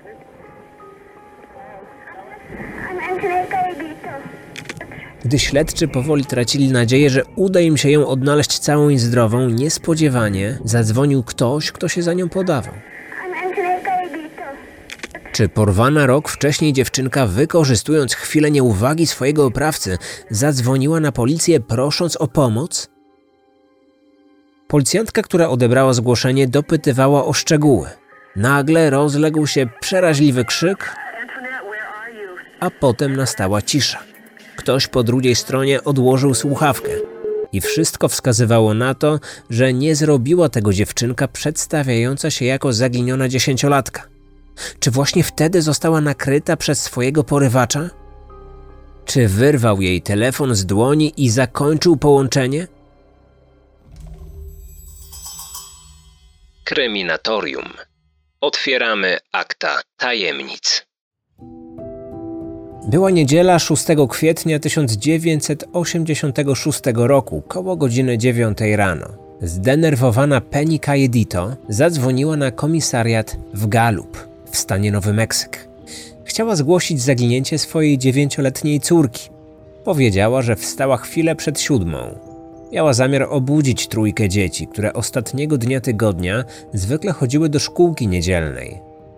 Gdy śledczy powoli tracili nadzieję, że uda im się ją odnaleźć całą i zdrową, niespodziewanie zadzwonił ktoś, kto się za nią podawał. Czy porwana rok wcześniej dziewczynka, wykorzystując chwilę nieuwagi swojego oprawcy, zadzwoniła na policję, prosząc o pomoc? Policjantka, która odebrała zgłoszenie, dopytywała o szczegóły. Nagle rozległ się przeraźliwy krzyk, a potem nastała cisza. Ktoś po drugiej stronie odłożył słuchawkę i wszystko wskazywało na to, że nie zrobiła tego dziewczynka przedstawiająca się jako zaginiona 10-latka. Czy właśnie wtedy została nakryta przez swojego porywacza? Czy wyrwał jej telefon z dłoni i zakończył połączenie? Kryminatorium. Otwieramy akta tajemnic. Była niedziela 6 kwietnia 1986 roku, koło godziny 9 rano. Zdenerwowana Penny Cayedito zadzwoniła na komisariat w Gallup w stanie Nowy Meksyk. Chciała zgłosić zaginięcie swojej 9-letniej córki. Powiedziała, że wstała chwilę przed 7. Miała zamiar obudzić trójkę dzieci, które ostatniego dnia tygodnia zwykle chodziły do szkółki niedzielnej.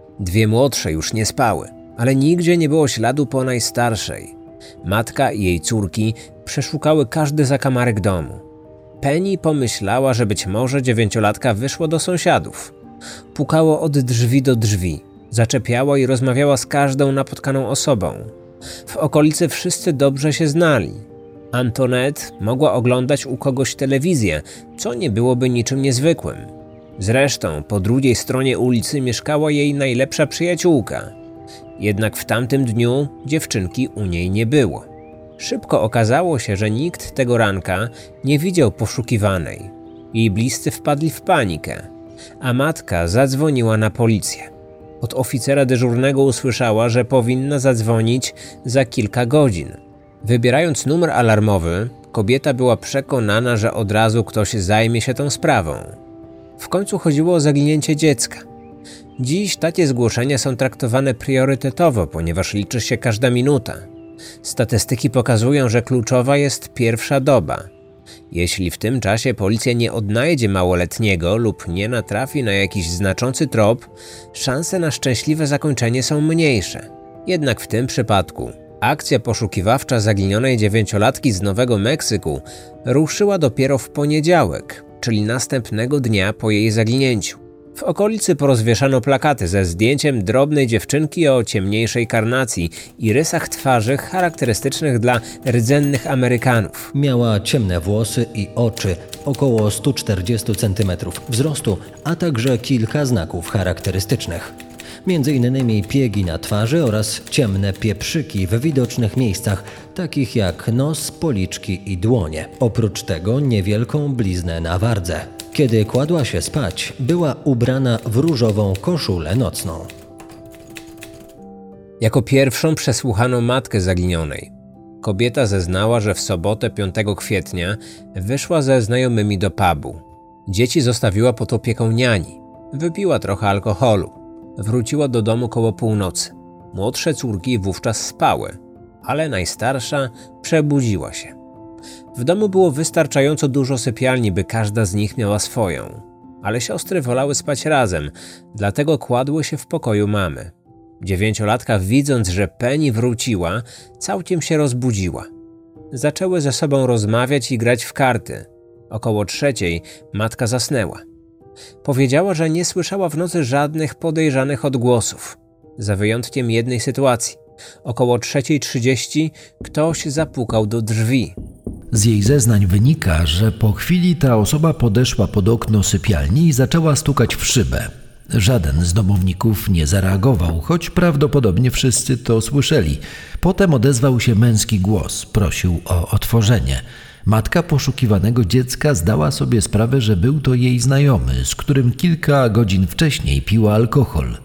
2 młodsze już nie spały, ale nigdzie nie było śladu po najstarszej. Matka i jej córki przeszukały każdy zakamarek domu. Penny pomyślała, że być może 9-latka wyszła do sąsiadów. Pukało od drzwi do drzwi, zaczepiała i rozmawiała z każdą napotkaną osobą. W okolicy wszyscy dobrze się znali. Antoinette mogła oglądać u kogoś telewizję, co nie byłoby niczym niezwykłym. Zresztą po drugiej stronie ulicy mieszkała jej najlepsza przyjaciółka. Jednak w tamtym dniu dziewczynki u niej nie było. Szybko okazało się, że nikt tego ranka nie widział poszukiwanej. Jej bliscy wpadli w panikę, a matka zadzwoniła na policję. Od oficera dyżurnego usłyszała, że powinna zadzwonić za kilka godzin. Wybierając numer alarmowy, kobieta była przekonana, że od razu ktoś zajmie się tą sprawą. W końcu chodziło o zaginięcie dziecka. Dziś takie zgłoszenia są traktowane priorytetowo, ponieważ liczy się każda minuta. Statystyki pokazują, że kluczowa jest pierwsza doba. Jeśli w tym czasie policja nie odnajdzie małoletniego lub nie natrafi na jakiś znaczący trop, szanse na szczęśliwe zakończenie są mniejsze. Jednak w tym przypadku akcja poszukiwawcza zaginionej 9-latki z Nowego Meksyku ruszyła dopiero w poniedziałek, czyli następnego dnia po jej zaginięciu. W okolicy porozwieszano plakaty ze zdjęciem drobnej dziewczynki o ciemniejszej karnacji i rysach twarzy charakterystycznych dla rdzennych Amerykanów. Miała ciemne włosy i oczy, około 140 cm wzrostu, a także kilka znaków charakterystycznych. Między innymi piegi na twarzy oraz ciemne pieprzyki w widocznych miejscach, takich jak nos, policzki i dłonie. Oprócz tego niewielką bliznę na wardze. Kiedy kładła się spać, była ubrana w różową koszulę nocną. Jako pierwszą przesłuchano matkę zaginionej. Kobieta zeznała, że w sobotę 5 kwietnia wyszła ze znajomymi do pubu. Dzieci zostawiła pod opieką niani. Wypiła trochę alkoholu. Wróciła do domu koło północy. Młodsze córki wówczas spały, ale najstarsza przebudziła się. W domu było wystarczająco dużo sypialni, by każda z nich miała swoją. Ale siostry wolały spać razem, dlatego kładły się w pokoju mamy. 9-latka, widząc, że Penny wróciła, całkiem się rozbudziła. Zaczęły ze sobą rozmawiać i grać w karty. Około 3 matka zasnęła. Powiedziała, że nie słyszała w nocy żadnych podejrzanych odgłosów, za wyjątkiem jednej sytuacji. Około 3:30 ktoś zapukał do drzwi. Z jej zeznań wynika, że po chwili ta osoba podeszła pod okno sypialni i zaczęła stukać w szybę. Żaden z domowników nie zareagował, choć prawdopodobnie wszyscy to słyszeli. Potem odezwał się męski głos, prosił o otworzenie. Matka poszukiwanego dziecka zdała sobie sprawę, że był to jej znajomy, z którym kilka godzin wcześniej piła alkohol.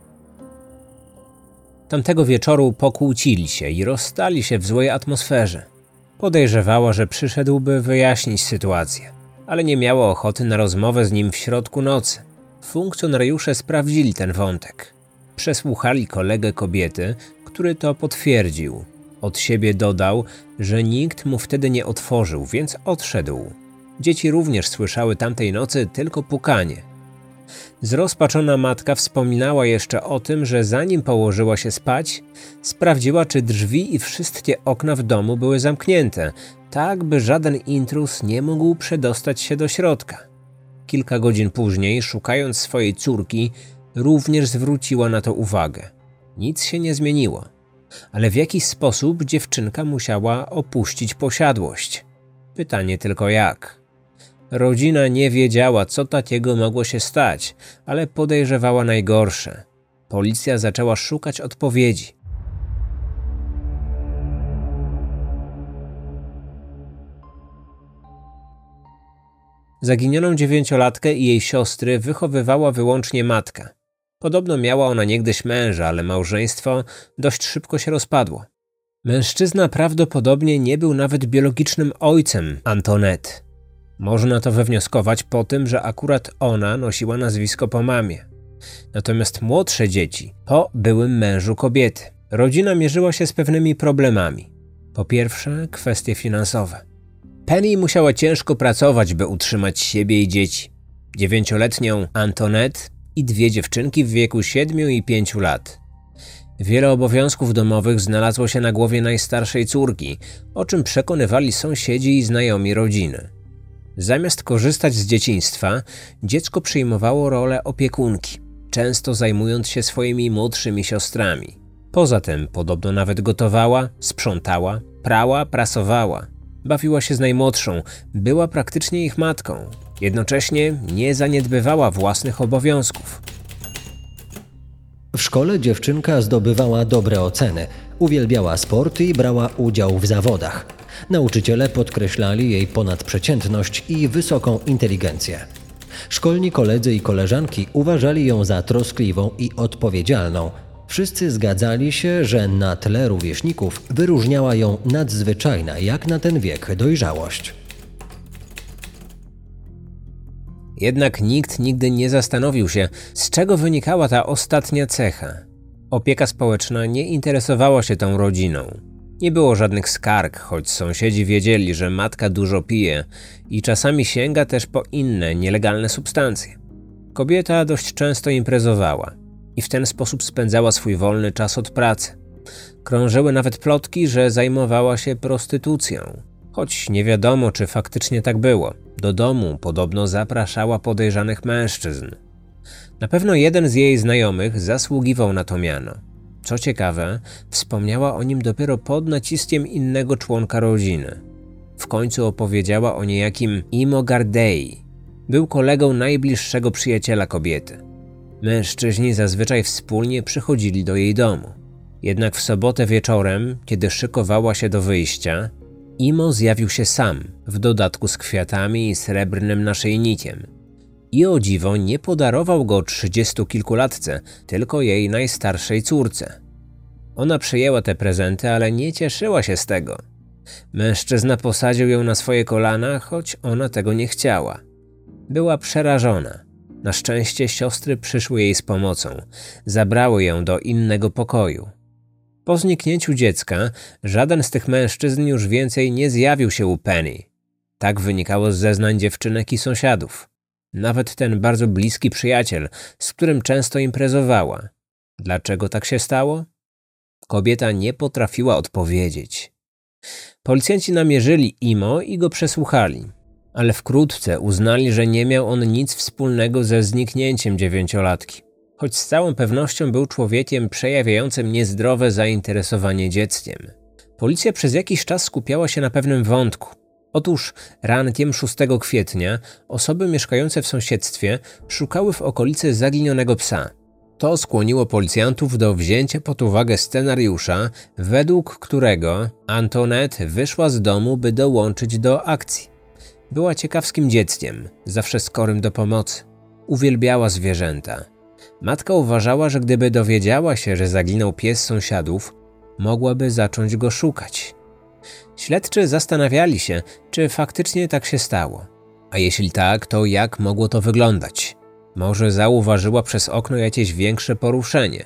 Tamtego wieczoru pokłócili się i rozstali się w złej atmosferze. Podejrzewała, że przyszedł, wyjaśnić sytuację, ale nie miała ochoty na rozmowę z nim w środku nocy. Funkcjonariusze sprawdzili ten wątek. Przesłuchali kolegę kobiety, który to potwierdził. Od siebie dodał, że nikt mu wtedy nie otworzył, więc odszedł. Dzieci również słyszały tamtej nocy tylko pukanie. Zrozpaczona matka wspominała jeszcze o tym, że zanim położyła się spać, sprawdziła, czy drzwi i wszystkie okna w domu były zamknięte, tak by żaden intruz nie mógł przedostać się do środka. Kilka godzin później, szukając swojej córki, również zwróciła na to uwagę. Nic się nie zmieniło, ale w jakiś sposób dziewczynka musiała opuścić posiadłość. Pytanie tylko jak. Rodzina nie wiedziała, co takiego mogło się stać, ale podejrzewała najgorsze. Policja zaczęła szukać odpowiedzi. Zaginioną 9-latkę i jej siostry wychowywała wyłącznie matka. Podobno miała ona niegdyś męża, ale małżeństwo dość szybko się rozpadło. Mężczyzna prawdopodobnie nie był nawet biologicznym ojcem Antoinette. Można to wywnioskować po tym, że akurat ona nosiła nazwisko po mamie. Natomiast młodsze dzieci po byłym mężu kobiety. Rodzina mierzyła się z pewnymi problemami. Po pierwsze, kwestie finansowe. Penny musiała ciężko pracować, by utrzymać siebie i dzieci. 9-letnią Antoinette i 2 dziewczynki w wieku 7 i 5 lat. Wiele obowiązków domowych znalazło się na głowie najstarszej córki, o czym przekonywali sąsiedzi i znajomi rodziny. Zamiast korzystać z dzieciństwa, dziecko przyjmowało rolę opiekunki, często zajmując się swoimi młodszymi siostrami. Poza tym podobno nawet gotowała, sprzątała, prała, prasowała. Bawiła się z najmłodszą, była praktycznie ich matką. Jednocześnie nie zaniedbywała własnych obowiązków. W szkole dziewczynka zdobywała dobre oceny, uwielbiała sport i brała udział w zawodach. Nauczyciele podkreślali jej ponadprzeciętność i wysoką inteligencję. Szkolni koledzy i koleżanki uważali ją za troskliwą i odpowiedzialną. Wszyscy zgadzali się, że na tle rówieśników wyróżniała ją nadzwyczajna jak na ten wiek dojrzałość. Jednak nikt nigdy nie zastanowił się, z czego wynikała ta ostatnia cecha. Opieka społeczna nie interesowała się tą rodziną. Nie było żadnych skarg, choć sąsiedzi wiedzieli, że matka dużo pije i czasami sięga też po inne, nielegalne substancje. Kobieta dość często imprezowała i w ten sposób spędzała swój wolny czas od pracy. Krążyły nawet plotki, że zajmowała się prostytucją. Choć nie wiadomo, czy faktycznie tak było. Do domu podobno zapraszała podejrzanych mężczyzn. Na pewno jeden z jej znajomych zasługiwał na to miano. Co ciekawe, wspomniała o nim dopiero pod naciskiem innego członka rodziny. W końcu opowiedziała o niejakim Imo Gardei. Był kolegą najbliższego przyjaciela kobiety. Mężczyźni zazwyczaj wspólnie przychodzili do jej domu. Jednak w sobotę wieczorem, kiedy szykowała się do wyjścia, Imo zjawił się sam, w dodatku z kwiatami i srebrnym naszyjnikiem. I o dziwo nie podarował go 30-kilkulatce, tylko jej najstarszej córce. Ona przyjęła te prezenty, ale nie cieszyła się z tego. Mężczyzna posadził ją na swoje kolana, choć ona tego nie chciała. Była przerażona. Na szczęście siostry przyszły jej z pomocą. Zabrały ją do innego pokoju. Po zniknięciu dziecka żaden z tych mężczyzn już więcej nie zjawił się u Penny. Tak wynikało z zeznań dziewczynek i sąsiadów. Nawet ten bardzo bliski przyjaciel, z którym często imprezowała. Dlaczego tak się stało? Kobieta nie potrafiła odpowiedzieć. Policjanci namierzyli Imo i go przesłuchali, ale wkrótce uznali, że nie miał on nic wspólnego ze zniknięciem 9-latki. Choć z całą pewnością był człowiekiem przejawiającym niezdrowe zainteresowanie dzieckiem. Policja przez jakiś czas skupiała się na pewnym wątku. Otóż rankiem 6 kwietnia osoby mieszkające w sąsiedztwie szukały w okolicy zaginionego psa. To skłoniło policjantów do wzięcia pod uwagę scenariusza, według którego Antoinette wyszła z domu, by dołączyć do akcji. Była ciekawskim dzieckiem, zawsze skorym do pomocy. Uwielbiała zwierzęta. Matka uważała, że gdyby dowiedziała się, że zaginął pies sąsiadów, mogłaby zacząć go szukać. Śledczy zastanawiali się, czy faktycznie tak się stało. A jeśli tak, to jak mogło to wyglądać? Może zauważyła przez okno jakieś większe poruszenie?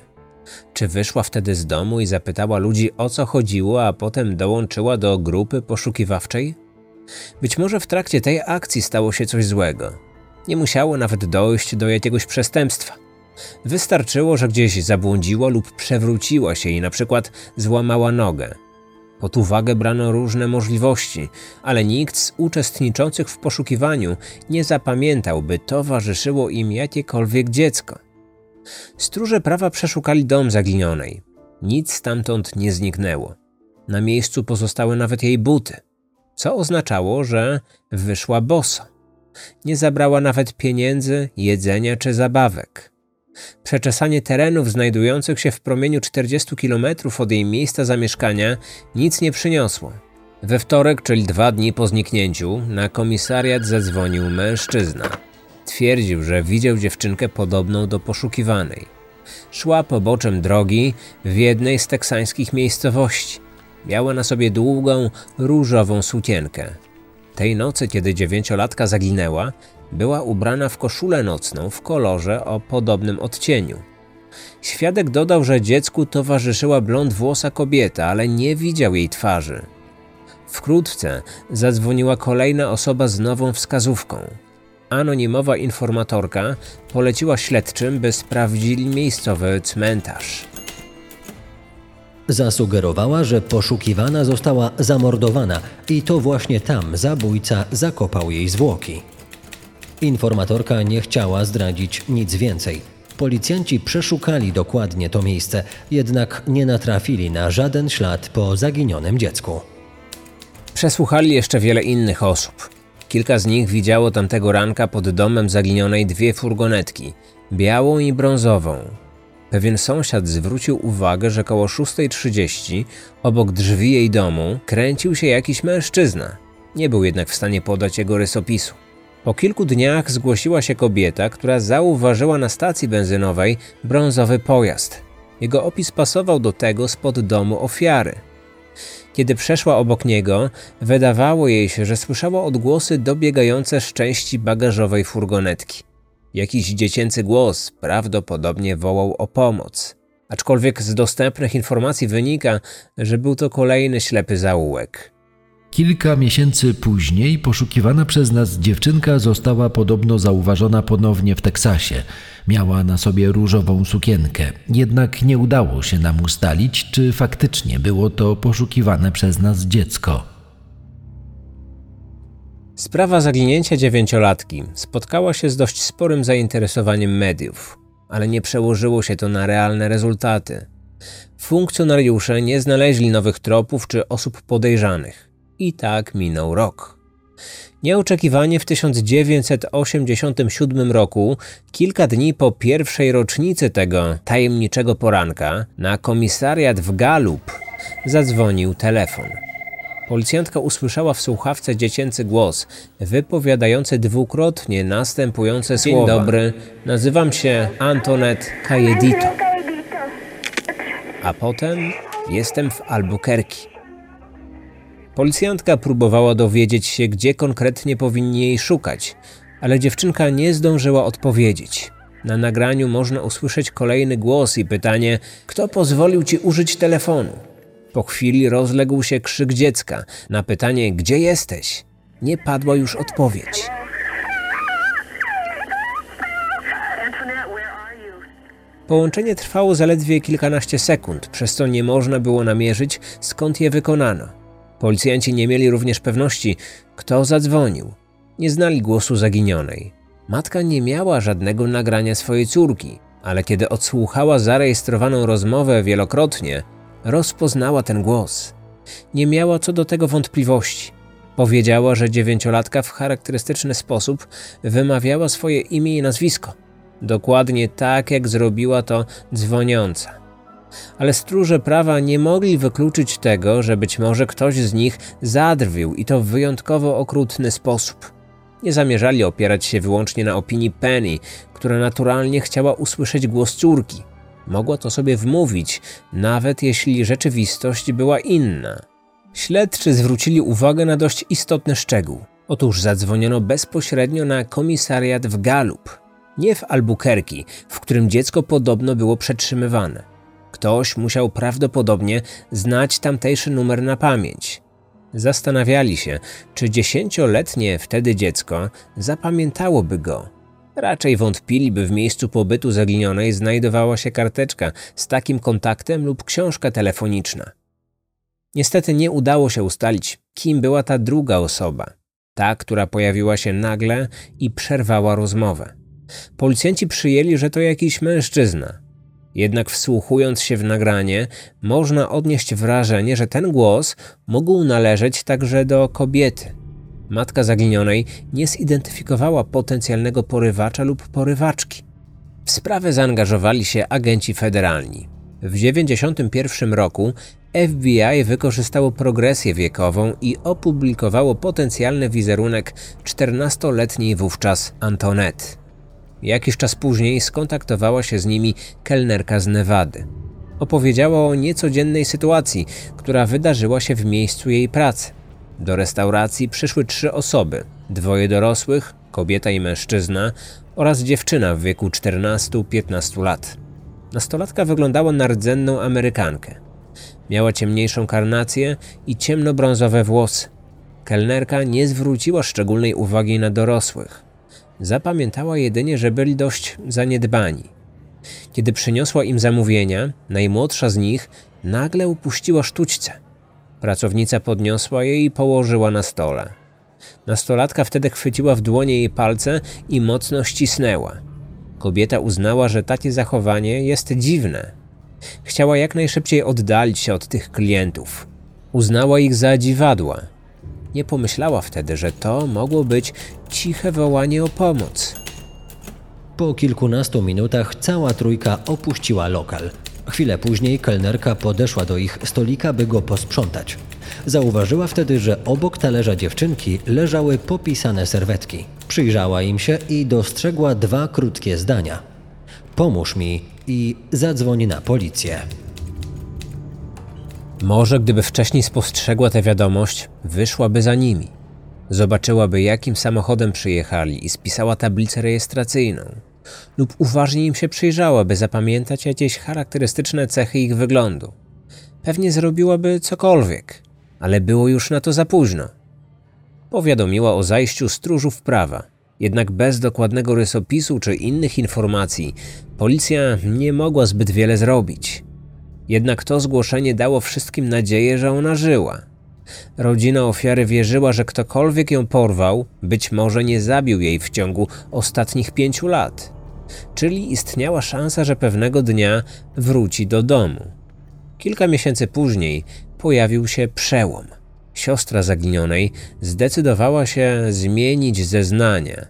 Czy wyszła wtedy z domu i zapytała ludzi, o co chodziło, a potem dołączyła do grupy poszukiwawczej? Być może w trakcie tej akcji stało się coś złego. Nie musiało nawet dojść do jakiegoś przestępstwa. Wystarczyło, że gdzieś zabłądziła lub przewróciła się i na przykład złamała nogę. Pod uwagę brano różne możliwości, ale nikt z uczestniczących w poszukiwaniu nie zapamiętał, by towarzyszyło im jakiekolwiek dziecko. Stróże prawa przeszukali dom zaginionej. Nic stamtąd nie zniknęło. Na miejscu pozostały nawet jej buty, co oznaczało, że wyszła boso. Nie zabrała nawet pieniędzy, jedzenia czy zabawek. Przeczesanie terenów znajdujących się w promieniu 40 km od jej miejsca zamieszkania nic nie przyniosło. We wtorek, czyli 2 dni po zniknięciu, na komisariat zadzwonił mężczyzna. Twierdził, że widział dziewczynkę podobną do poszukiwanej. Szła poboczem drogi w jednej z teksańskich miejscowości. Miała na sobie długą, różową sukienkę. Tej nocy, kiedy 9-latka zaginęła, była ubrana w koszulę nocną w kolorze o podobnym odcieniu. Świadek dodał, że dziecku towarzyszyła blondwłosa kobieta, ale nie widział jej twarzy. Wkrótce zadzwoniła kolejna osoba z nową wskazówką. Anonimowa informatorka poleciła śledczym, by sprawdzili miejscowy cmentarz. Zasugerowała, że poszukiwana została zamordowana i to właśnie tam zabójca zakopał jej zwłoki. Informatorka nie chciała zdradzić nic więcej. Policjanci przeszukali dokładnie to miejsce, jednak nie natrafili na żaden ślad po zaginionym dziecku. Przesłuchali jeszcze wiele innych osób. Kilka z nich widziało tamtego ranka pod domem zaginionej 2 furgonetki, białą i brązową. Pewien sąsiad zwrócił uwagę, że koło 6:30 obok drzwi jej domu kręcił się jakiś mężczyzna. Nie był jednak w stanie podać jego rysopisu. Po kilku dniach zgłosiła się kobieta, która zauważyła na stacji benzynowej brązowy pojazd. Jego opis pasował do tego spod domu ofiary. Kiedy przeszła obok niego, wydawało jej się, że słyszała odgłosy dobiegające z części bagażowej furgonetki. Jakiś dziecięcy głos prawdopodobnie wołał o pomoc. Aczkolwiek z dostępnych informacji wynika, że był to kolejny ślepy zaułek. Kilka miesięcy później poszukiwana przez nas dziewczynka została podobno zauważona ponownie w Teksasie. Miała na sobie różową sukienkę, jednak nie udało się nam ustalić, czy faktycznie było to poszukiwane przez nas dziecko. Sprawa zaginięcia 9-latki spotkała się z dość sporym zainteresowaniem mediów, ale nie przełożyło się to na realne rezultaty. Funkcjonariusze nie znaleźli nowych tropów czy osób podejrzanych. I tak minął rok. Nieoczekiwanie w 1987 roku, kilka dni po pierwszej rocznicy tego tajemniczego poranka, na komisariat w Gallup zadzwonił telefon. Policjantka usłyszała w słuchawce dziecięcy głos, wypowiadający dwukrotnie następujące słowa. Dzień dobry, nazywam się Antoinette Cayedito. A potem jestem w Albuquerque. Policjantka próbowała dowiedzieć się, gdzie konkretnie powinni jej szukać, ale dziewczynka nie zdążyła odpowiedzieć. Na nagraniu można usłyszeć kolejny głos i pytanie, kto pozwolił ci użyć telefonu? Po chwili rozległ się krzyk dziecka. Na pytanie, gdzie jesteś? Nie padła już odpowiedź. Połączenie trwało zaledwie kilkanaście sekund, przez co nie można było namierzyć, skąd je wykonano. Policjanci nie mieli również pewności, kto zadzwonił. Nie znali głosu zaginionej. Matka nie miała żadnego nagrania swojej córki, ale kiedy odsłuchała zarejestrowaną rozmowę wielokrotnie, rozpoznała ten głos. Nie miała co do tego wątpliwości. Powiedziała, że 9-latka w charakterystyczny sposób wymawiała swoje imię i nazwisko. Dokładnie tak, jak zrobiła to dzwoniąca. Ale stróże prawa nie mogli wykluczyć tego, że być może ktoś z nich zadrwił i to w wyjątkowo okrutny sposób. Nie zamierzali opierać się wyłącznie na opinii Penny, która naturalnie chciała usłyszeć głos córki. Mogła to sobie wmówić, nawet jeśli rzeczywistość była inna. Śledczy zwrócili uwagę na dość istotny szczegół. Otóż zadzwoniono bezpośrednio na komisariat w Gallup, nie w Albuquerque, w którym dziecko podobno było przetrzymywane. Ktoś musiał prawdopodobnie znać tamtejszy numer na pamięć. Zastanawiali się, czy 10-letnie wtedy dziecko zapamiętałoby go. Raczej wątpili, by w miejscu pobytu zaginionej znajdowała się karteczka z takim kontaktem lub książka telefoniczna. Niestety nie udało się ustalić, kim była ta druga osoba. Ta, która pojawiła się nagle i przerwała rozmowę. Policjanci przyjęli, że to jakiś mężczyzna. Jednak wsłuchując się w nagranie, można odnieść wrażenie, że ten głos mógł należeć także do kobiety. Matka zaginionej nie zidentyfikowała potencjalnego porywacza lub porywaczki. W sprawę zaangażowali się agenci federalni. W 1991 roku FBI wykorzystało progresję wiekową i opublikowało potencjalny wizerunek 14-letniej wówczas Antoinette. Jakiś czas później skontaktowała się z nimi kelnerka z Nevady. Opowiedziała o niecodziennej sytuacji, która wydarzyła się w miejscu jej pracy. Do restauracji przyszły 3 osoby, 2 dorosłych, kobieta i mężczyzna oraz dziewczyna w wieku 14-15 lat. Nastolatka wyglądała na rdzenną Amerykankę. Miała ciemniejszą karnację i ciemnobrązowe włosy. Kelnerka nie zwróciła szczególnej uwagi na dorosłych. Zapamiętała jedynie, że byli dość zaniedbani. Kiedy przyniosła im zamówienia, najmłodsza z nich nagle upuściła sztućce. Pracownica podniosła je i położyła na stole. Nastolatka wtedy chwyciła w dłonie jej palce i mocno ścisnęła. Kobieta uznała, że takie zachowanie jest dziwne. Chciała jak najszybciej oddalić się od tych klientów. Uznała ich za dziwadła. Nie pomyślała wtedy, że to mogło być ciche wołanie o pomoc. Po kilkunastu minutach cała trójka opuściła lokal. Chwilę później kelnerka podeszła do ich stolika, by go posprzątać. Zauważyła wtedy, że obok talerza dziewczynki leżały popisane serwetki. Przyjrzała im się i dostrzegła 2 krótkie zdania. Pomóż mi i zadzwoń na policję. Może gdyby wcześniej spostrzegła tę wiadomość, wyszłaby za nimi. Zobaczyłaby, jakim samochodem przyjechali i spisała tablicę rejestracyjną. Lub uważnie im się przyjrzała, by zapamiętać jakieś charakterystyczne cechy ich wyglądu. Pewnie zrobiłaby cokolwiek, ale było już na to za późno. Powiadomiła o zajściu stróżów prawa, jednak bez dokładnego rysopisu czy innych informacji policja nie mogła zbyt wiele zrobić. Jednak to zgłoszenie dało wszystkim nadzieję, że ona żyła. Rodzina ofiary wierzyła, że ktokolwiek ją porwał, być może nie zabił jej w ciągu ostatnich 5 lat. Czyli istniała szansa, że pewnego dnia wróci do domu. Kilka miesięcy później pojawił się przełom. Siostra zaginionej zdecydowała się zmienić zeznania.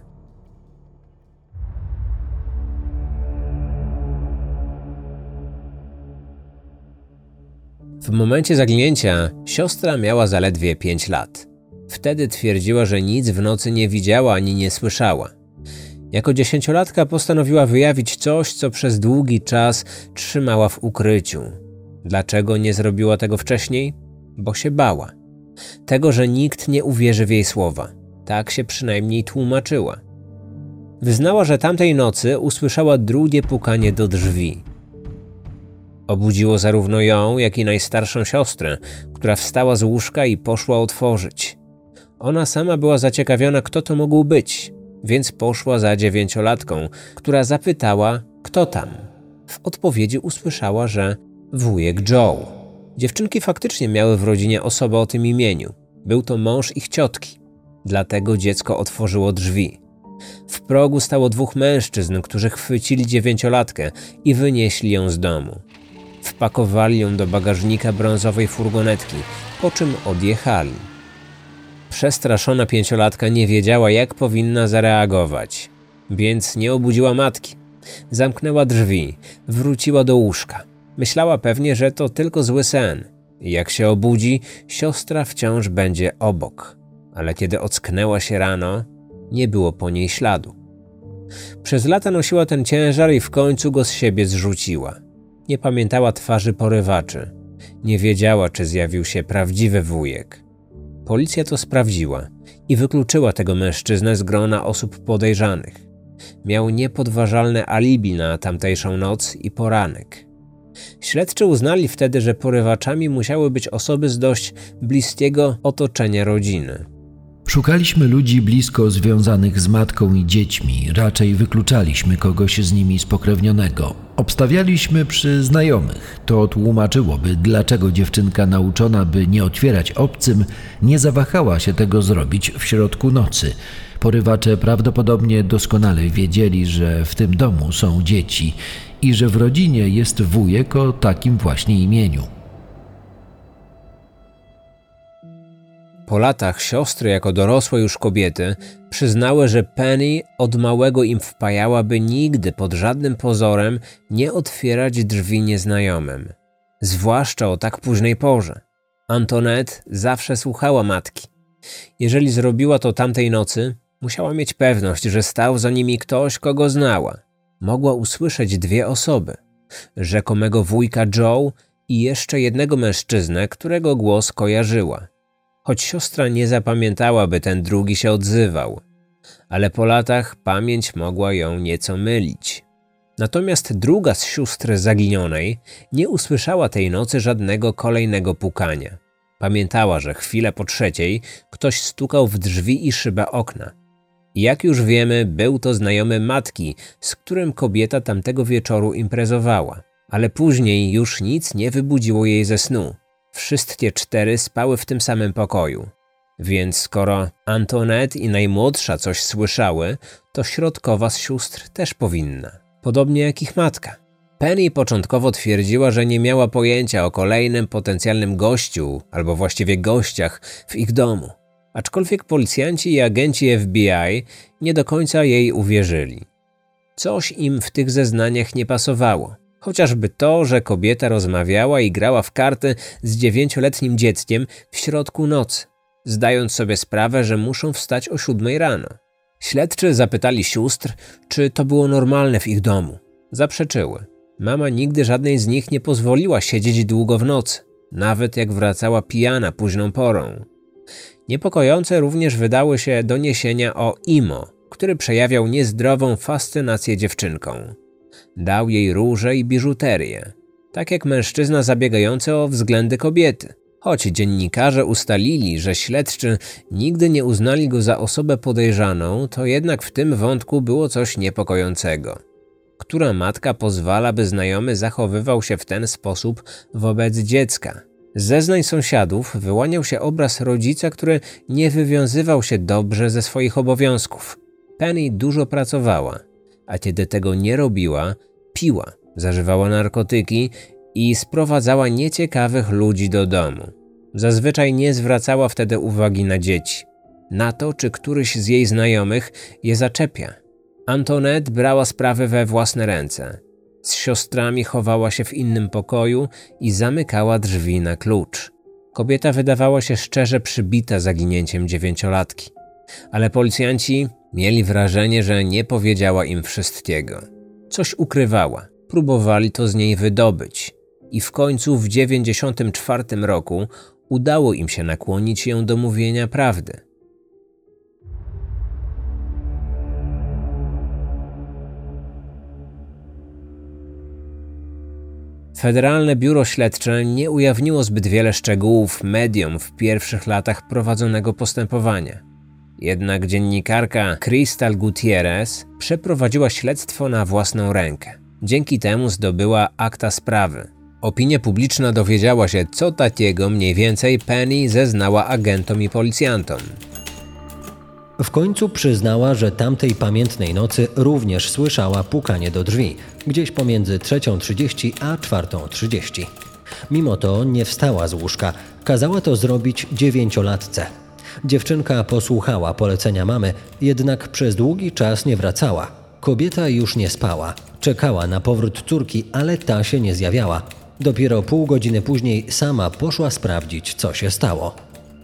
W momencie zaginięcia siostra miała zaledwie 5 lat. Wtedy twierdziła, że nic w nocy nie widziała ani nie słyszała. Jako 10-latka postanowiła wyjawić coś, co przez długi czas trzymała w ukryciu. Dlaczego nie zrobiła tego wcześniej? Bo się bała. Tego, że nikt nie uwierzy w jej słowa. Tak się przynajmniej tłumaczyła. Wyznała, że tamtej nocy usłyszała drugie pukanie do drzwi. Obudziło zarówno ją, jak i najstarszą siostrę, która wstała z łóżka i poszła otworzyć. Ona sama była zaciekawiona, kto to mógł być, więc poszła za 9-latką, która zapytała, kto tam. W odpowiedzi usłyszała, że wujek Joe. Dziewczynki faktycznie miały w rodzinie osobę o tym imieniu. Był to mąż ich ciotki. Dlatego dziecko otworzyło drzwi. W progu stało 2 mężczyzn, którzy chwycili 9-latkę i wynieśli ją z domu. Wpakowali ją do bagażnika brązowej furgonetki, po czym odjechali. Przestraszona 5-latka nie wiedziała, jak powinna zareagować, więc nie obudziła matki. Zamknęła drzwi, wróciła do łóżka. Myślała pewnie, że to tylko zły sen. Jak się obudzi, siostra wciąż będzie obok. Ale kiedy ocknęła się rano, nie było po niej śladu. Przez lata nosiła ten ciężar i w końcu go z siebie zrzuciła. Nie pamiętała twarzy porywaczy. Nie wiedziała, czy zjawił się prawdziwy wujek. Policja to sprawdziła i wykluczyła tego mężczyznę z grona osób podejrzanych. Miał niepodważalne alibi na tamtejszą noc i poranek. Śledczy uznali wtedy, że porywaczami musiały być osoby z dość bliskiego otoczenia rodziny. Szukaliśmy ludzi blisko związanych z matką i dziećmi, raczej wykluczaliśmy kogoś z nimi spokrewnionego. Obstawialiśmy przy znajomych. To tłumaczyłoby, dlaczego dziewczynka nauczona, by nie otwierać obcym, nie zawahała się tego zrobić w środku nocy. Porywacze prawdopodobnie doskonale wiedzieli, że w tym domu są dzieci i że w rodzinie jest wujek o takim właśnie imieniu. Po latach siostry, jako dorosłe już kobiety, przyznały, że Penny od małego im wpajała, by nigdy pod żadnym pozorem nie otwierać drzwi nieznajomym. Zwłaszcza o tak późnej porze. Antoinette zawsze słuchała matki. Jeżeli zrobiła to tamtej nocy, musiała mieć pewność, że stał za nimi ktoś, kogo znała. Mogła usłyszeć dwie osoby. Rzekomego wujka Joe i jeszcze jednego mężczyznę, którego głos kojarzyła. Choć siostra nie zapamiętała, by ten drugi się odzywał. Ale po latach pamięć mogła ją nieco mylić. Natomiast druga z sióstr zaginionej nie usłyszała tej nocy żadnego kolejnego pukania. Pamiętała, że chwilę po 3:00 ktoś stukał w drzwi i szybę okna. I jak już wiemy, był to znajomy matki, z którym kobieta tamtego wieczoru imprezowała. Ale później już nic nie wybudziło jej ze snu. Wszystkie 4 spały w tym samym pokoju. Więc skoro Antoinette i najmłodsza coś słyszały, to środkowa z sióstr też powinna. Podobnie jak ich matka. Penny początkowo twierdziła, że nie miała pojęcia o kolejnym potencjalnym gościu, albo właściwie gościach w ich domu. Aczkolwiek policjanci i agenci FBI nie do końca jej uwierzyli. Coś im w tych zeznaniach nie pasowało. Chociażby to, że kobieta rozmawiała i grała w karty z 9-letnim dzieckiem w środku nocy, zdając sobie sprawę, że muszą wstać o 7:00 rano. Śledczy zapytali sióstr, czy to było normalne w ich domu. Zaprzeczyły. Mama nigdy żadnej z nich nie pozwoliła siedzieć długo w nocy, nawet jak wracała pijana późną porą. Niepokojące również wydały się doniesienia o Imo, który przejawiał niezdrową fascynację dziewczynką. Dał jej róże i biżuterię, tak jak mężczyzna zabiegający o względy kobiety. Choć dziennikarze ustalili, że śledczy nigdy nie uznali go za osobę podejrzaną, to jednak w tym wątku było coś niepokojącego. Która matka pozwala, by znajomy zachowywał się w ten sposób wobec dziecka? Z zeznań sąsiadów wyłaniał się obraz rodzica, który nie wywiązywał się dobrze ze swoich obowiązków. Penny dużo pracowała, a kiedy tego nie robiła, piła, zażywała narkotyki i sprowadzała nieciekawych ludzi do domu. Zazwyczaj nie zwracała wtedy uwagi na dzieci, na to, czy któryś z jej znajomych je zaczepia. Antoinette brała sprawy we własne ręce. Z siostrami chowała się w innym pokoju i zamykała drzwi na klucz. Kobieta wydawała się szczerze przybita zaginięciem 9-latki, ale policjanci mieli wrażenie, że nie powiedziała im wszystkiego. Coś ukrywała, próbowali to z niej wydobyć i w końcu w 1994 roku udało im się nakłonić ją do mówienia prawdy. Federalne Biuro Śledcze nie ujawniło zbyt wiele szczegółów mediom w pierwszych latach prowadzonego postępowania. Jednak dziennikarka Crystal Gutierrez przeprowadziła śledztwo na własną rękę. Dzięki temu zdobyła akta sprawy. Opinia publiczna dowiedziała się, co takiego mniej więcej Penny zeznała agentom i policjantom. W końcu przyznała, że tamtej pamiętnej nocy również słyszała pukanie do drzwi, gdzieś pomiędzy 3:30 a 4:30. Mimo to nie wstała z łóżka, kazała to zrobić 9-latce. Dziewczynka posłuchała polecenia mamy, jednak przez długi czas nie wracała. Kobieta już nie spała, czekała na powrót córki, ale ta się nie zjawiała. Dopiero pół godziny później sama poszła sprawdzić, co się stało.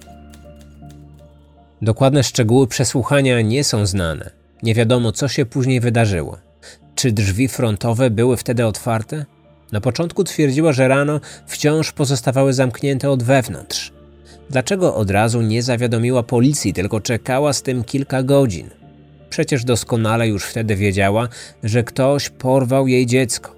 Dokładne szczegóły przesłuchania nie są znane. Nie wiadomo, co się później wydarzyło. Czy drzwi frontowe były wtedy otwarte? Na początku twierdziła, że rano wciąż pozostawały zamknięte od wewnątrz. Dlaczego od razu nie zawiadomiła policji, tylko czekała z tym kilka godzin? Przecież doskonale już wtedy wiedziała, że ktoś porwał jej dziecko.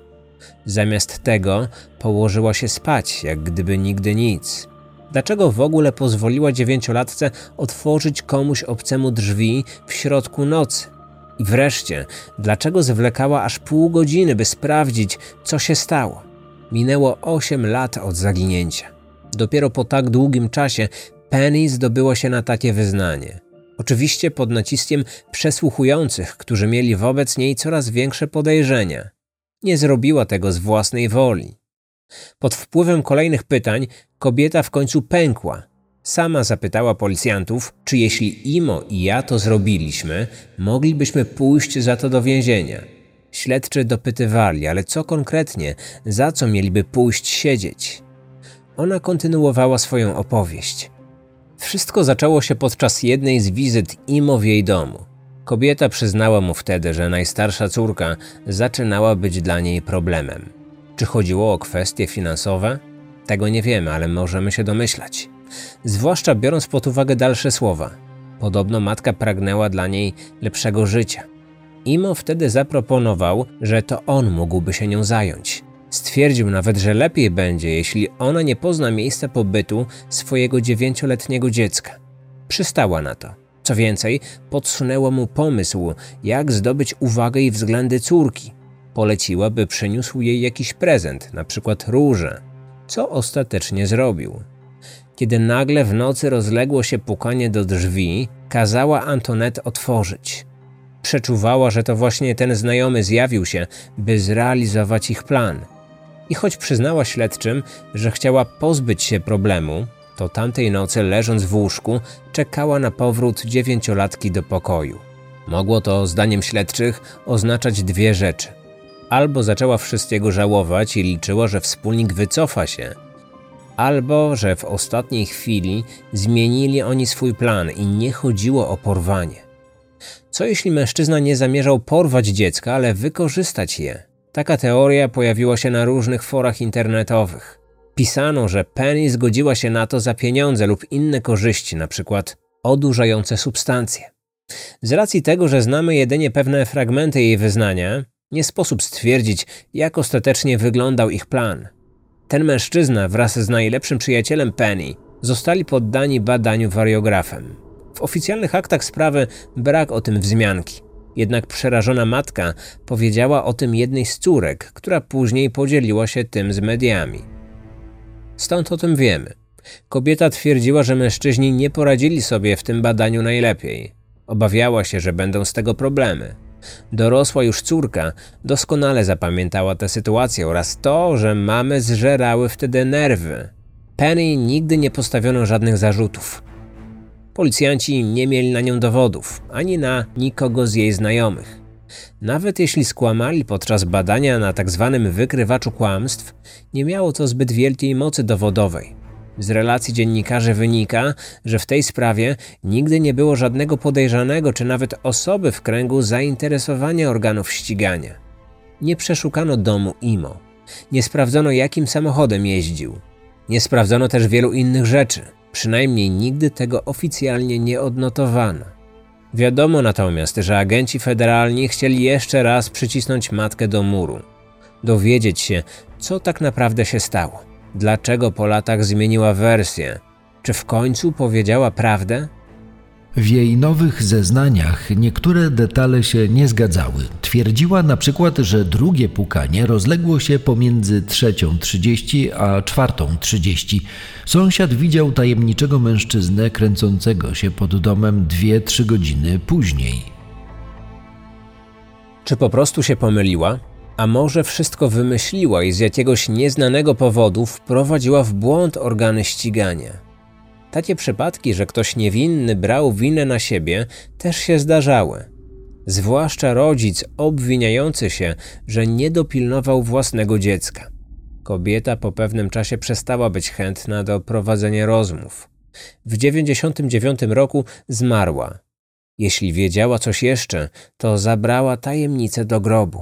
Zamiast tego położyła się spać, jak gdyby nigdy nic. Dlaczego w ogóle pozwoliła 9-latce otworzyć komuś obcemu drzwi w środku nocy? I wreszcie, dlaczego zwlekała aż pół godziny, by sprawdzić, co się stało? Minęło 8 lat od zaginięcia. Dopiero po tak długim czasie Penny zdobyła się na takie wyznanie. Oczywiście pod naciskiem przesłuchujących, którzy mieli wobec niej coraz większe podejrzenia. Nie zrobiła tego z własnej woli. Pod wpływem kolejnych pytań kobieta w końcu pękła. Sama zapytała policjantów, czy jeśli Imo i ja to zrobiliśmy, moglibyśmy pójść za to do więzienia. Śledczy dopytywali, ale co konkretnie, za co mieliby pójść siedzieć? Ona kontynuowała swoją opowieść. Wszystko zaczęło się podczas jednej z wizyt Imo w jej domu. Kobieta przyznała mu wtedy, że najstarsza córka zaczynała być dla niej problemem. Czy chodziło o kwestie finansowe? Tego nie wiemy, ale możemy się domyślać. Zwłaszcza biorąc pod uwagę dalsze słowa. Podobno matka pragnęła dla niej lepszego życia. Imo wtedy zaproponował, że to on mógłby się nią zająć. Stwierdził nawet, że lepiej będzie, jeśli ona nie pozna miejsca pobytu swojego 9-letniego dziecka. Przystała na to. Co więcej, podsunęła mu pomysł, jak zdobyć uwagę i względy córki. Poleciła, by przyniósł jej jakiś prezent, na przykład róże, co ostatecznie zrobił. Kiedy nagle w nocy rozległo się pukanie do drzwi, kazała Antoinette otworzyć. Przeczuwała, że to właśnie ten znajomy zjawił się, by zrealizować ich plan. I choć przyznała śledczym, że chciała pozbyć się problemu, to tamtej nocy, leżąc w łóżku, czekała na powrót 9-latki do pokoju. Mogło to, zdaniem śledczych, oznaczać dwie rzeczy. Albo zaczęła wszystkiego żałować i liczyła, że wspólnik wycofa się, albo że w ostatniej chwili zmienili oni swój plan i nie chodziło o porwanie. Co jeśli mężczyzna nie zamierzał porwać dziecka, ale wykorzystać je? Taka teoria pojawiła się na różnych forach internetowych. Pisano, że Penny zgodziła się na to za pieniądze lub inne korzyści, np. odurzające substancje. Z racji tego, że znamy jedynie pewne fragmenty jej wyznania, nie sposób stwierdzić, jak ostatecznie wyglądał ich plan. Ten mężczyzna wraz z najlepszym przyjacielem Penny zostali poddani badaniu wariografem. W oficjalnych aktach sprawy brak o tym wzmianki. Jednak przerażona matka powiedziała o tym jednej z córek, która później podzieliła się tym z mediami. Stąd o tym wiemy. Kobieta twierdziła, że mężczyźni nie poradzili sobie w tym badaniu najlepiej. Obawiała się, że będą z tego problemy. Dorosła już córka doskonale zapamiętała tę sytuację oraz to, że mamy zżerały wtedy nerwy. Penny nigdy nie postawiono żadnych zarzutów. Policjanci nie mieli na nią dowodów, ani na nikogo z jej znajomych. Nawet jeśli skłamali podczas badania na tzw. wykrywaczu kłamstw, nie miało to zbyt wielkiej mocy dowodowej. Z relacji dziennikarzy wynika, że w tej sprawie nigdy nie było żadnego podejrzanego czy nawet osoby w kręgu zainteresowania organów ścigania. Nie przeszukano domu Imo. Nie sprawdzono, jakim samochodem jeździł. Nie sprawdzono też wielu innych rzeczy. Przynajmniej nigdy tego oficjalnie nie odnotowano. Wiadomo natomiast, że agenci federalni chcieli jeszcze raz przycisnąć matkę do muru. Dowiedzieć się, co tak naprawdę się stało. Dlaczego po latach zmieniła wersję? Czy w końcu powiedziała prawdę? W jej nowych zeznaniach niektóre detale się nie zgadzały. Twierdziła na przykład, że drugie pukanie rozległo się pomiędzy 3:30 a 4:30. Sąsiad widział tajemniczego mężczyznę kręcącego się pod domem 2-3 godziny później. Czy po prostu się pomyliła? A może wszystko wymyśliła i z jakiegoś nieznanego powodu wprowadziła w błąd organy ścigania? Takie przypadki, że ktoś niewinny brał winę na siebie, też się zdarzały. Zwłaszcza rodzic obwiniający się, że nie dopilnował własnego dziecka. Kobieta po pewnym czasie przestała być chętna do prowadzenia rozmów. W 1999 roku zmarła. Jeśli wiedziała coś jeszcze, to zabrała tajemnicę do grobu.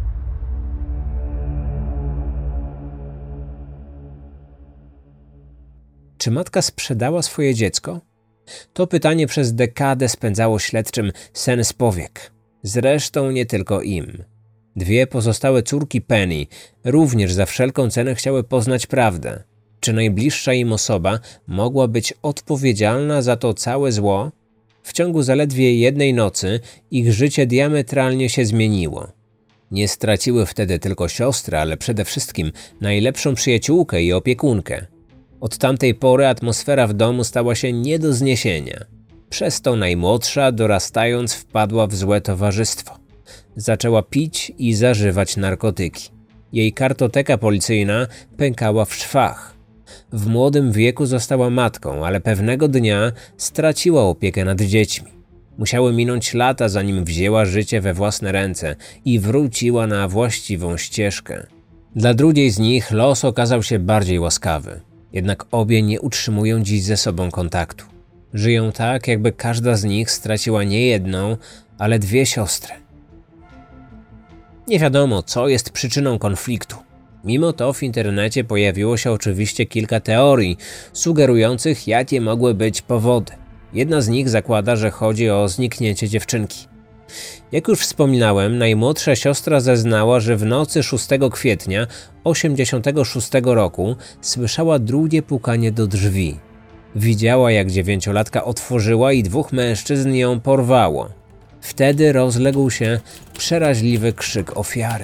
Czy matka sprzedała swoje dziecko? To pytanie przez dekadę spędzało śledczym sen z powiek. Zresztą nie tylko im. Dwie pozostałe córki Penny również za wszelką cenę chciały poznać prawdę. Czy najbliższa im osoba mogła być odpowiedzialna za to całe zło? W ciągu zaledwie jednej nocy ich życie diametralnie się zmieniło. Nie straciły wtedy tylko siostrę, ale przede wszystkim najlepszą przyjaciółkę i opiekunkę. Od tamtej pory atmosfera w domu stała się nie do zniesienia. Przez to najmłodsza, dorastając, wpadła w złe towarzystwo. Zaczęła pić i zażywać narkotyki. Jej kartoteka policyjna pękała w szwach. W młodym wieku została matką, ale pewnego dnia straciła opiekę nad dziećmi. Musiały minąć lata, zanim wzięła życie we własne ręce i wróciła na właściwą ścieżkę. Dla drugiej z nich los okazał się bardziej łaskawy. Jednak obie nie utrzymują dziś ze sobą kontaktu. Żyją tak, jakby każda z nich straciła nie jedną, ale dwie siostry. Nie wiadomo, co jest przyczyną konfliktu. Mimo to w internecie pojawiło się oczywiście kilka teorii sugerujących, jakie mogły być powody. Jedna z nich zakłada, że chodzi o zniknięcie dziewczynki. Jak już wspominałem, najmłodsza siostra zeznała, że w nocy 6 kwietnia 1986 roku słyszała drugie pukanie do drzwi. Widziała, jak 9-latka otworzyła i dwóch mężczyzn ją porwało. Wtedy rozległ się przeraźliwy krzyk ofiary.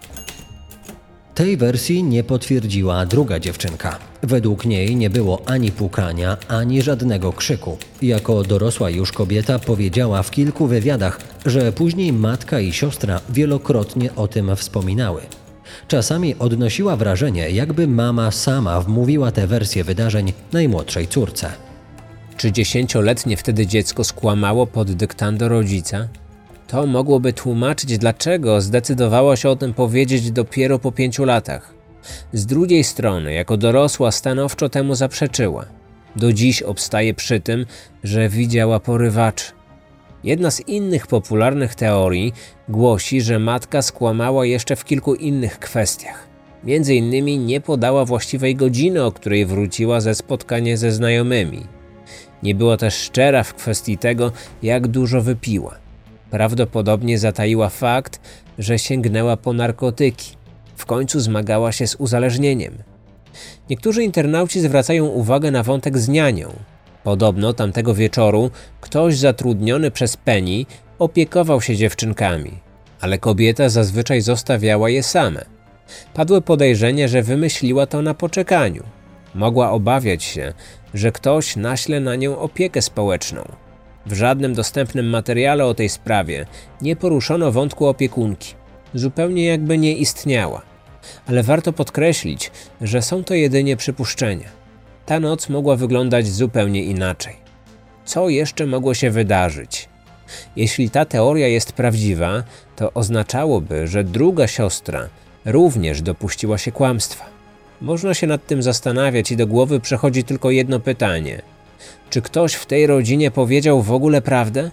Tej wersji nie potwierdziła druga dziewczynka. Według niej nie było ani pukania, ani żadnego krzyku. Jako dorosła już kobieta powiedziała w kilku wywiadach, że później matka i siostra wielokrotnie o tym wspominały. Czasami odnosiła wrażenie, jakby mama sama wmówiła tę wersję wydarzeń najmłodszej córce. Czy 10-letnie wtedy dziecko skłamało pod dyktando rodzica? To mogłoby tłumaczyć, dlaczego zdecydowała się o tym powiedzieć dopiero po 5 latach. Z drugiej strony, jako dorosła stanowczo temu zaprzeczyła. Do dziś obstaje przy tym, że widziała porywaczy. Jedna z innych popularnych teorii głosi, że matka skłamała jeszcze w kilku innych kwestiach. Między innymi nie podała właściwej godziny, o której wróciła ze spotkania ze znajomymi. Nie była też szczera w kwestii tego, jak dużo wypiła. Prawdopodobnie zataiła fakt, że sięgnęła po narkotyki. W końcu zmagała się z uzależnieniem. Niektórzy internauci zwracają uwagę na wątek z nianią. Podobno tamtego wieczoru ktoś zatrudniony przez Penny opiekował się dziewczynkami, ale kobieta zazwyczaj zostawiała je same. Padły podejrzenie, że wymyśliła to na poczekaniu. Mogła obawiać się, że ktoś naśle na nią opiekę społeczną. W żadnym dostępnym materiale o tej sprawie nie poruszono wątku opiekunki. Zupełnie jakby nie istniała. Ale warto podkreślić, że są to jedynie przypuszczenia. Ta noc mogła wyglądać zupełnie inaczej. Co jeszcze mogło się wydarzyć? Jeśli ta teoria jest prawdziwa, to oznaczałoby, że druga siostra również dopuściła się kłamstwa. Można się nad tym zastanawiać i do głowy przychodzi tylko jedno pytanie. Czy ktoś w tej rodzinie powiedział w ogóle prawdę?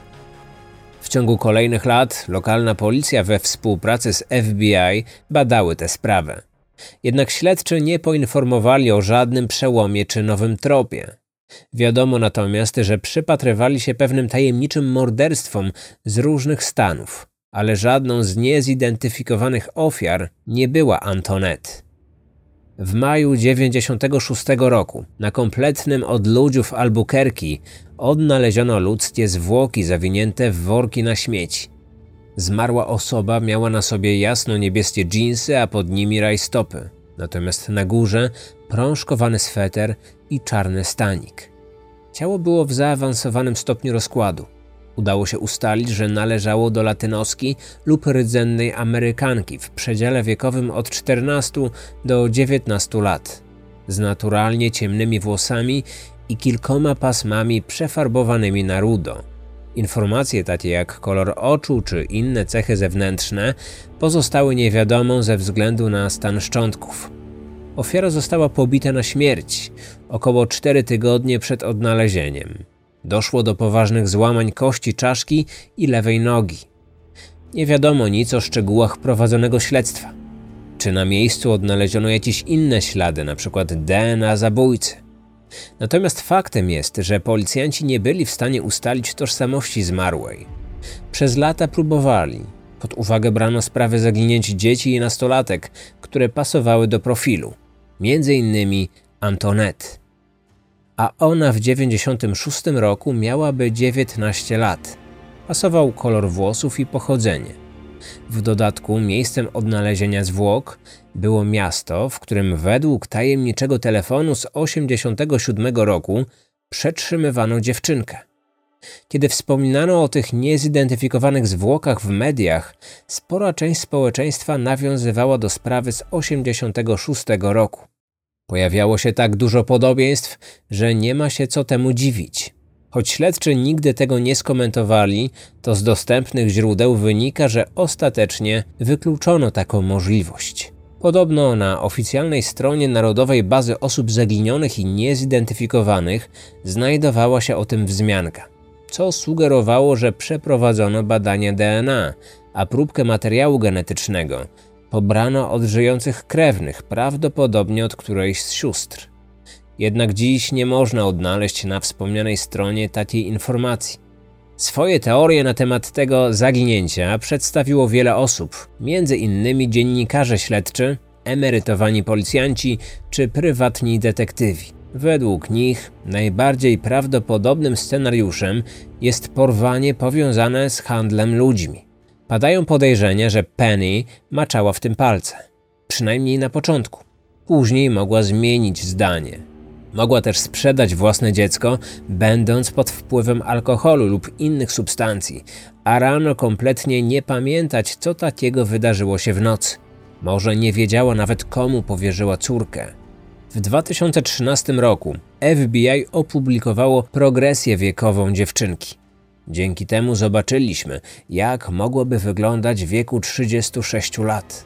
W ciągu kolejnych lat lokalna policja we współpracy z FBI badały tę sprawę. Jednak śledczy nie poinformowali o żadnym przełomie czy nowym tropie. Wiadomo natomiast, że przypatrywali się pewnym tajemniczym morderstwom z różnych stanów, ale żadną z niezidentyfikowanych ofiar nie była Antoinette. W maju 1996 roku na kompletnym odludziu w Albuquerque odnaleziono ludzkie zwłoki zawinięte w worki na śmieci. Zmarła osoba miała na sobie jasno-niebieskie dżinsy, a pod nimi rajstopy, natomiast na górze prążkowany sweter i czarny stanik. Ciało było w zaawansowanym stopniu rozkładu. Udało się ustalić, że należało do latynoski lub rdzennej Amerykanki w przedziale wiekowym od 14 do 19 lat, z naturalnie ciemnymi włosami i kilkoma pasmami przefarbowanymi na rudo. Informacje takie jak kolor oczu czy inne cechy zewnętrzne pozostały niewiadomą ze względu na stan szczątków. Ofiara została pobita na śmierć około 4 tygodnie przed odnalezieniem. Doszło do poważnych złamań kości czaszki i lewej nogi. Nie wiadomo nic o szczegółach prowadzonego śledztwa. Czy na miejscu odnaleziono jakieś inne ślady, np. DNA zabójcy? Natomiast faktem jest, że policjanci nie byli w stanie ustalić tożsamości zmarłej. Przez lata próbowali. Pod uwagę brano sprawy zaginięć dzieci i nastolatek, które pasowały do profilu, między innymi Antoinette. A ona w 96 roku miałaby 19 lat. Pasował kolor włosów i pochodzenie. W dodatku miejscem odnalezienia zwłok było miasto, w którym według tajemniczego telefonu z 87 roku przetrzymywano dziewczynkę. Kiedy wspominano o tych niezidentyfikowanych zwłokach w mediach, spora część społeczeństwa nawiązywała do sprawy z 86 roku. Pojawiało się tak dużo podobieństw, że nie ma się co temu dziwić. Choć śledczy nigdy tego nie skomentowali, to z dostępnych źródeł wynika, że ostatecznie wykluczono taką możliwość. Podobno na oficjalnej stronie Narodowej Bazy Osób Zaginionych i Niezidentyfikowanych znajdowała się o tym wzmianka, co sugerowało, że przeprowadzono badanie DNA, a próbkę materiału genetycznego pobrano od żyjących krewnych, prawdopodobnie od którejś z sióstr. Jednak dziś nie można odnaleźć na wspomnianej stronie takiej informacji. Swoje teorie na temat tego zaginięcia przedstawiło wiele osób, między innymi dziennikarze śledczy, emerytowani policjanci czy prywatni detektywi. Według nich najbardziej prawdopodobnym scenariuszem jest porwanie powiązane z handlem ludźmi. Padają podejrzenia, że Penny maczała w tym palce. Przynajmniej na początku. Później mogła zmienić zdanie. Mogła też sprzedać własne dziecko, będąc pod wpływem alkoholu lub innych substancji, a rano kompletnie nie pamiętać, co takiego wydarzyło się w nocy. Może nie wiedziała nawet, komu powierzyła córkę. W 2013 roku FBI opublikowało progresję wiekową dziewczynki. Dzięki temu zobaczyliśmy, jak mogłoby wyglądać w wieku 36 lat.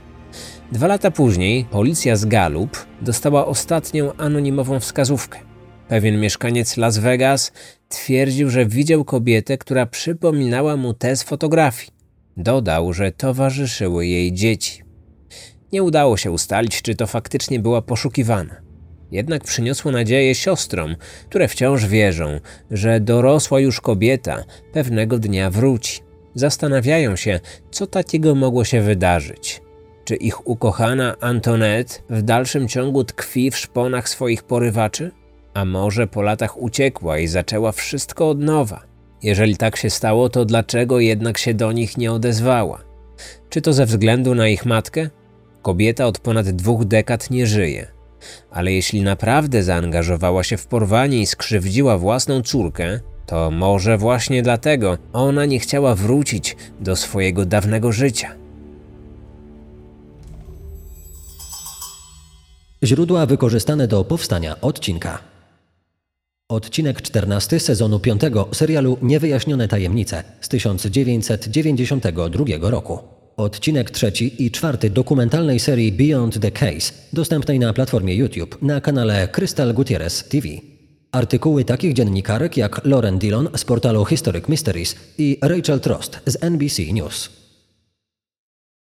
2 lata później policja z Gallup dostała ostatnią anonimową wskazówkę. Pewien mieszkaniec Las Vegas twierdził, że widział kobietę, która przypominała mu tę z fotografii. Dodał, że towarzyszyły jej dzieci. Nie udało się ustalić, czy to faktycznie była poszukiwana. Jednak przyniosło nadzieję siostrom, które wciąż wierzą, że dorosła już kobieta pewnego dnia wróci. Zastanawiają się, co takiego mogło się wydarzyć. Czy ich ukochana Antoinette w dalszym ciągu tkwi w szponach swoich porywaczy? A może po latach uciekła i zaczęła wszystko od nowa? Jeżeli tak się stało, to dlaczego jednak się do nich nie odezwała? Czy to ze względu na ich matkę? Kobieta od ponad 2 dekad nie żyje. Ale jeśli naprawdę zaangażowała się w porwanie i skrzywdziła własną córkę, to może właśnie dlatego ona nie chciała wrócić do swojego dawnego życia. Źródła wykorzystane do powstania odcinka. Odcinek 14 sezonu 5 serialu Niewyjaśnione tajemnice z 1992 roku. Odcinek 3 i 4 dokumentalnej serii Beyond the Case, dostępnej na platformie YouTube na kanale Crystal Gutierrez TV. Artykuły takich dziennikarek jak Lauren Dillon z portalu Historic Mysteries i Rachel Trost z NBC News.